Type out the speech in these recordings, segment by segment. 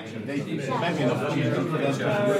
maybe an opportunity for them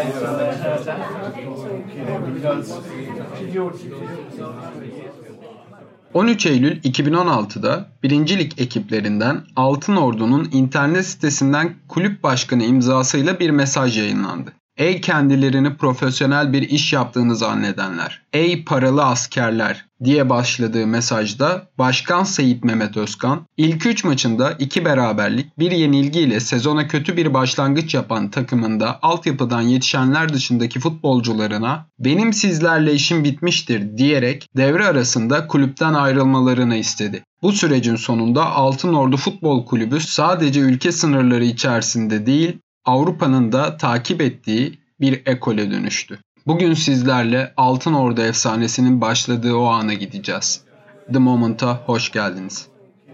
to 13 Eylül 2016'da 1. Lig ekiplerinden Altınordu'nun internet sitesinden kulüp başkanı imzasıyla bir mesaj yayınlandı. Ey kendilerini profesyonel bir iş yaptığını zannedenler, ey paralı askerler diye başladığı mesajda Başkan Seyit Mehmet Özkan, ilk 3 maçında 2 beraberlik, 1 yenilgiyle sezona kötü bir başlangıç yapan takımında altyapıdan yetişenler dışındaki futbolcularına benim sizlerle işim bitmiştir diyerek devre arasında kulüpten ayrılmalarını istedi. Bu sürecin sonunda Altınordu Futbol Kulübü sadece ülke sınırları içerisinde değil, Avrupa'nın da takip ettiği bir ekole dönüştü. Bugün sizlerle Altınordu efsanesinin başladığı o ana gideceğiz. The Moment'a hoş geldiniz.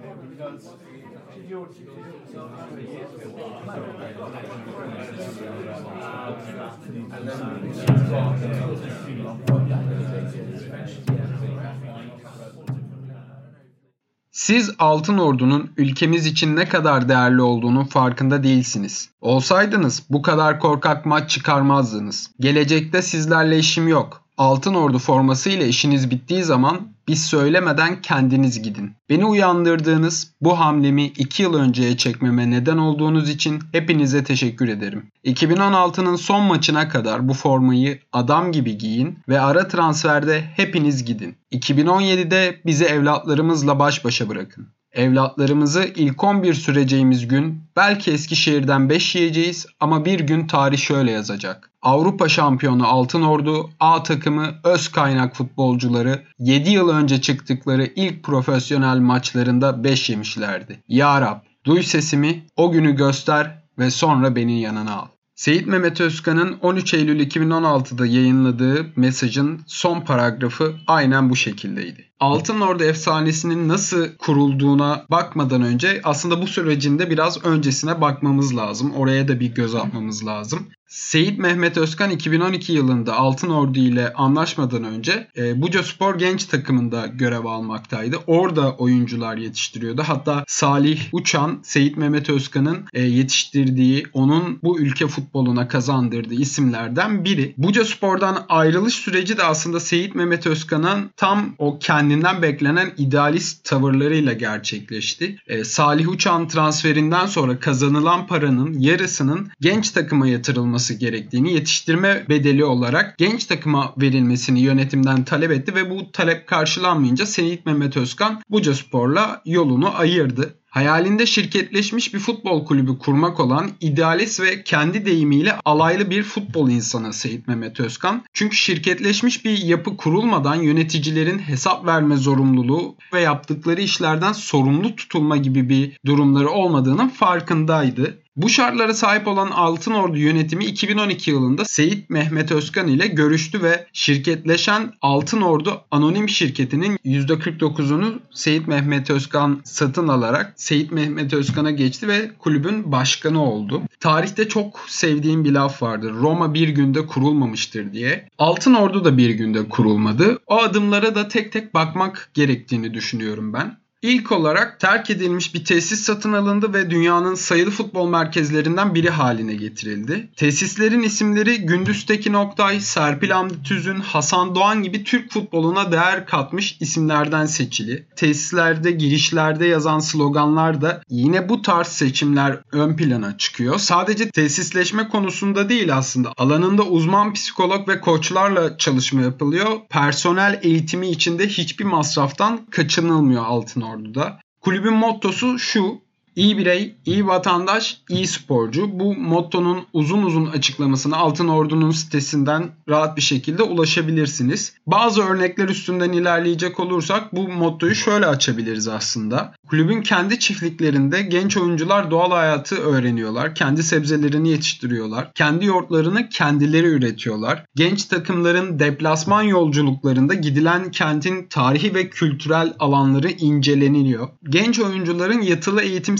Siz Altınordu'nun ülkemiz için ne kadar değerli olduğunun farkında değilsiniz. Olsaydınız bu kadar korkak maç çıkarmazdınız. Gelecekte sizlerle işim yok. Altınordu formasıyla işiniz bittiği zaman biz söylemeden kendiniz gidin. Beni uyandırdığınız, bu hamlemi 2 yıl önceye çekmeme neden olduğunuz için hepinize teşekkür ederim. 2016'nın son maçına kadar bu formayı adam gibi giyin ve ara transferde hepiniz gidin. 2017'de bizi evlatlarımızla baş başa bırakın. Evlatlarımızı ilk 11 süreceğimiz gün belki Eskişehir'den 5 yiyeceğiz ama bir gün tarih şöyle yazacak. Avrupa şampiyonu Altınordu A takımı öz kaynak futbolcuları 7 yıl önce çıktıkları ilk profesyonel maçlarında 5 yemişlerdi. Ya Rab, duy sesimi, o günü göster ve sonra beni yanına al. Seyit Mehmet Özkan'ın 13 Eylül 2016'da yayınladığı mesajın son paragrafı aynen bu şekildeydi. Altınordu efsanesinin nasıl kurulduğuna bakmadan önce aslında bu sürecinde biraz öncesine bakmamız lazım. Oraya da bir göz atmamız lazım. Seyit Mehmet Özkan 2012 yılında Altınordu ile anlaşmadan önce Bucaspor genç takımında görev almaktaydı. Orada oyuncular yetiştiriyordu. Hatta Salih Uçan, Seyit Mehmet Özkan'ın yetiştirdiği, onun bu ülke futboluna kazandırdığı isimlerden biri. Bucaspor'dan ayrılış süreci de aslında Seyit Mehmet Özkan'ın tam o kendinden beklenen idealist tavırlarıyla gerçekleşti. Salih Uçan transferinden sonra kazanılan paranın yarısının genç takıma yatırılması gerektiğini, yetiştirme bedeli olarak genç takıma verilmesini yönetimden talep etti ve bu talep karşılanmayınca Seyit Mehmet Özkan Bucaspor'la yolunu ayırdı. Hayalinde şirketleşmiş bir futbol kulübü kurmak olan idealist ve kendi deyimiyle alaylı bir futbol insanı Seyit Mehmet Özkan. Çünkü şirketleşmiş bir yapı kurulmadan yöneticilerin hesap verme zorunluluğu ve yaptıkları işlerden sorumlu tutulma gibi bir durumları olmadığının farkındaydı. Bu şartlara sahip olan Altınordu yönetimi 2012 yılında Seyit Mehmet Özkan ile görüştü ve şirketleşen Altınordu Anonim Şirketi'nin %49'unu Seyit Mehmet Özkan satın alarak Seyit Mehmet Özkan'a geçti ve kulübün başkanı oldu. Tarihte çok sevdiğim bir laf vardır. Roma bir günde kurulmamıştır diye. Altınordu da bir günde kurulmadı. O adımlara da tek tek bakmak gerektiğini düşünüyorum ben. İlk olarak terk edilmiş bir tesis satın alındı ve dünyanın sayılı futbol merkezlerinden biri haline getirildi. Tesislerin isimleri Gündüz Tekin Oktay, Serpil Hamdi Tüzün, Hasan Doğan gibi Türk futboluna değer katmış isimlerden seçili. Tesislerde, girişlerde yazan sloganlar da yine bu tarz seçimler ön plana çıkıyor. Sadece tesisleşme konusunda değil aslında. Alanında uzman psikolog ve koçlarla çalışma yapılıyor. Personel eğitimi içinde hiçbir masraftan kaçınılmıyor Altınordu'da. Kulübün mottosu şu: İyi birey, iyi vatandaş, iyi sporcu. Bu mottonun uzun açıklamasını Altınordu'nun sitesinden rahat bir şekilde ulaşabilirsiniz. Bazı örnekler üstünden ilerleyecek olursak bu mottoyu şöyle açabiliriz aslında. Kulübün kendi çiftliklerinde genç oyuncular doğal hayatı öğreniyorlar. Kendi sebzelerini yetiştiriyorlar. Kendi yoğurtlarını kendileri üretiyorlar. Genç takımların deplasman yolculuklarında gidilen kentin tarihi ve kültürel alanları inceleniyor. Genç oyuncuların yatılı eğitim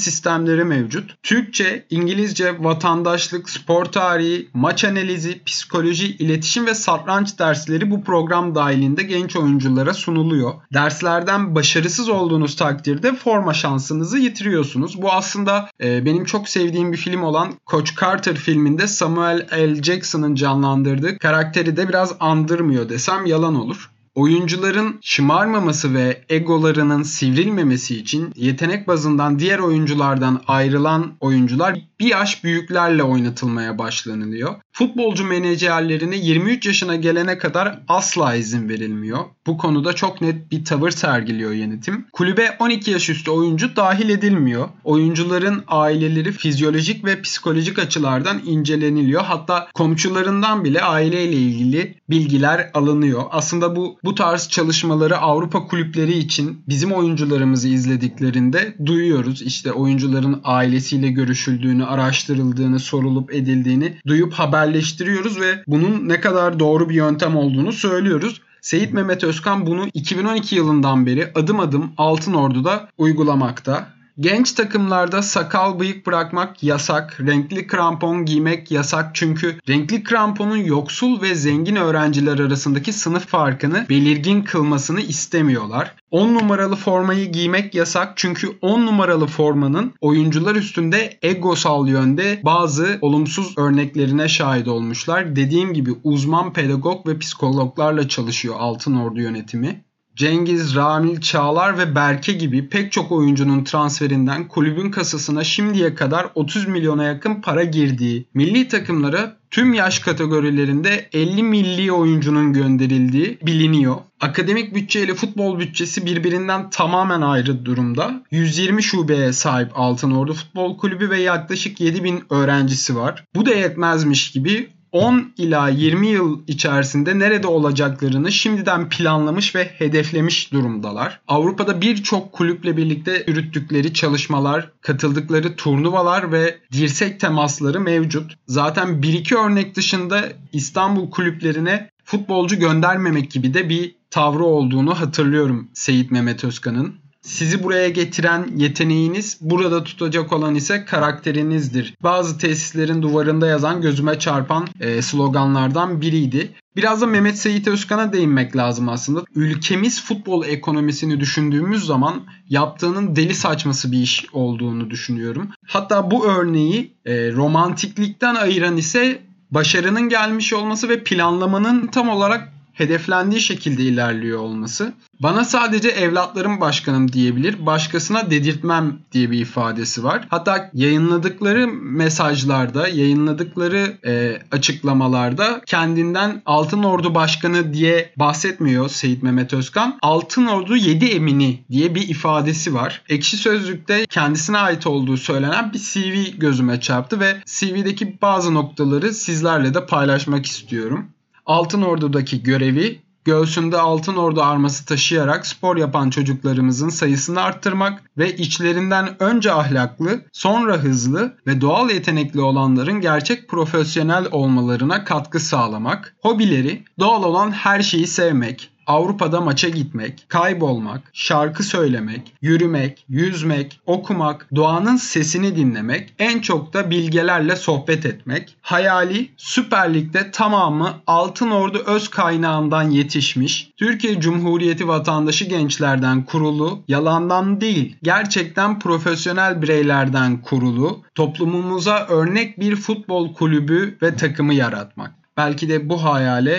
sistemleri mevcut. Türkçe, İngilizce, vatandaşlık, spor tarihi, maç analizi, psikoloji, iletişim ve satranç dersleri bu program dahilinde genç oyunculara sunuluyor. Derslerden başarısız olduğunuz takdirde forma şansınızı yitiriyorsunuz. Bu aslında benim çok sevdiğim bir film olan Coach Carter filminde Samuel L. Jackson'ın canlandırdığı karakteri de biraz andırmıyor desem yalan olur. Oyuncuların şımarmaması ve egolarının sivrilmemesi için yetenek bazından diğer oyunculardan ayrılan oyuncular bir yaş büyüklerle oynatılmaya başlanılıyor. Futbolcu menajerlerine 23 yaşına gelene kadar asla izin verilmiyor. Bu konuda çok net bir tavır sergiliyor yönetim. Kulübe 12 yaş üstü oyuncu dahil edilmiyor. Oyuncuların aileleri fizyolojik ve psikolojik açılardan inceleniliyor. Hatta komşularından bile aileyle ilgili bilgiler alınıyor. Aslında bu tarz çalışmaları Avrupa kulüpleri için bizim oyuncularımızı izlediklerinde duyuyoruz. İşte oyuncuların ailesiyle görüşüldüğünü, araştırıldığını, sorulup edildiğini duyup haberleştiriyoruz ve bunun ne kadar doğru bir yöntem olduğunu söylüyoruz. Seyit Mehmet Özkan bunu 2012 yılından beri adım adım Altınordu'da uygulamakta. Genç takımlarda sakal bıyık bırakmak yasak, renkli krampon giymek yasak çünkü renkli kramponun yoksul ve zengin öğrenciler arasındaki sınıf farkını belirgin kılmasını istemiyorlar. 10 numaralı formayı giymek yasak çünkü 10 numaralı formanın oyuncular üstünde egosal yönde bazı olumsuz örneklerine şahit olmuşlar. Dediğim gibi uzman pedagog ve psikologlarla çalışıyor Altınordu yönetimi. Cengiz, Ramil, Çağlar ve Berke gibi pek çok oyuncunun transferinden kulübün kasasına şimdiye kadar 30 milyona yakın para girdiği, milli takımlara tüm yaş kategorilerinde 50 milli oyuncunun gönderildiği biliniyor. Akademik bütçe ile futbol bütçesi birbirinden tamamen ayrı durumda. 120 şubeye sahip Altınordu Futbol Kulübü ve yaklaşık 7.000 öğrencisi var. Bu da yetmezmiş gibi 10 ila 20 yıl içerisinde nerede olacaklarını şimdiden planlamış ve hedeflemiş durumdalar. Avrupa'da birçok kulüple birlikte yürüttükleri çalışmalar, katıldıkları turnuvalar ve dirsek temasları mevcut. Zaten 1-2 örnek dışında İstanbul kulüplerine futbolcu göndermemek gibi de bir tavrı olduğunu hatırlıyorum Seyit Mehmet Özkan'ın. Sizi buraya getiren yeteneğiniz, burada tutacak olan ise karakterinizdir. Bazı tesislerin duvarında yazan gözüme çarpan sloganlardan biriydi. Biraz da Mehmet Seyit Özkan'a değinmek lazım aslında. Ülkemiz futbol ekonomisini düşündüğümüz zaman yaptığının deli saçması bir iş olduğunu düşünüyorum. Hatta bu örneği romantiklikten ayıran ise başarının gelmiş olması ve planlamanın tam olarak hedeflendiği şekilde ilerliyor olması. Bana sadece evlatlarım başkanım diyebilir, başkasına dedirtmem diye bir ifadesi var. Hatta yayınladıkları mesajlarda, yayınladıkları açıklamalarda kendinden Altınordu Başkanı diye bahsetmiyor Seyit Mehmet Özkan. Altınordu 7 emini diye bir ifadesi var. Ekşi Sözlük'te kendisine ait olduğu söylenen bir CV gözüme çarptı ve CV'deki bazı noktaları sizlerle de paylaşmak istiyorum. Altınordu'daki görevi, göğsünde Altınordu arması taşıyarak spor yapan çocuklarımızın sayısını arttırmak ve içlerinden önce ahlaklı, sonra hızlı ve doğal yetenekli olanların gerçek profesyonel olmalarına katkı sağlamak, hobileri, doğal olan her şeyi sevmek, Avrupa'da maça gitmek, kaybolmak, şarkı söylemek, yürümek, yüzmek, okumak, doğanın sesini dinlemek, en çok da bilgelerle sohbet etmek. Hayali Süper Lig'de tamamı Altınordu öz kaynağından yetişmiş, Türkiye Cumhuriyeti vatandaşı gençlerden kurulu, yalandan değil, gerçekten profesyonel bireylerden kurulu, toplumumuza örnek bir futbol kulübü ve takımı yaratmak. Belki de bu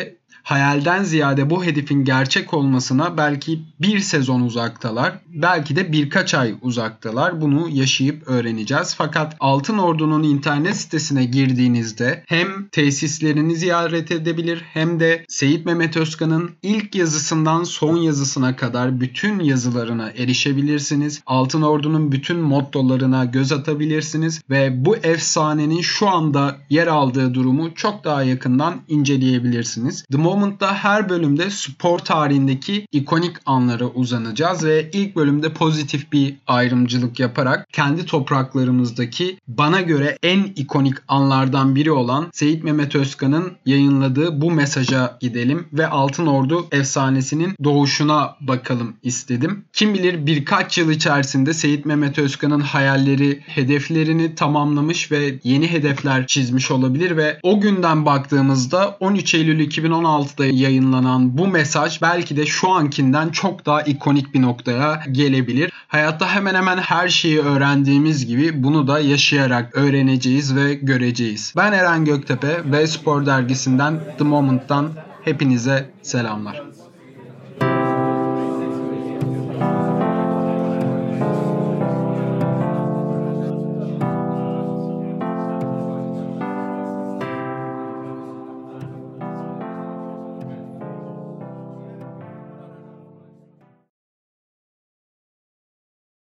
hayalden ziyade bu hedefin gerçek olmasına belki bir sezon uzaktalar. Belki de birkaç ay uzaktalar. Bunu yaşayıp öğreneceğiz. Fakat Altınordu'nun internet sitesine girdiğinizde hem tesislerini ziyaret edebilir hem de Seyit Mehmet Özkan'ın ilk yazısından son yazısına kadar bütün yazılarına erişebilirsiniz. Altınordu'nun bütün mottolarına göz atabilirsiniz ve bu efsanenin şu anda yer aldığı durumu çok daha yakından inceleyebilirsiniz. The Moment'da her bölümde spor tarihindeki ikonik anları alanlara uzanacağız ve ilk bölümde pozitif bir ayrımcılık yaparak kendi topraklarımızdaki bana göre en ikonik anlardan biri olan Seyit Mehmet Özkan'ın yayınladığı bu mesaja gidelim ve Altın Ordu efsanesinin doğuşuna bakalım istedim. Kim bilir birkaç yıl içerisinde Seyit Mehmet Özkan'ın hayalleri, hedeflerini tamamlamış ve yeni hedefler çizmiş olabilir ve o günden baktığımızda 13 Eylül 2016'da yayınlanan bu mesaj belki de şu ankinden çok daha ikonik bir noktaya gelebilir. Hayatta hemen hemen her şeyi öğrendiğimiz gibi bunu da yaşayarak öğreneceğiz ve göreceğiz. Ben Eren Göktepe ve Spor Dergisi'nden The Moment'tan hepinize selamlar.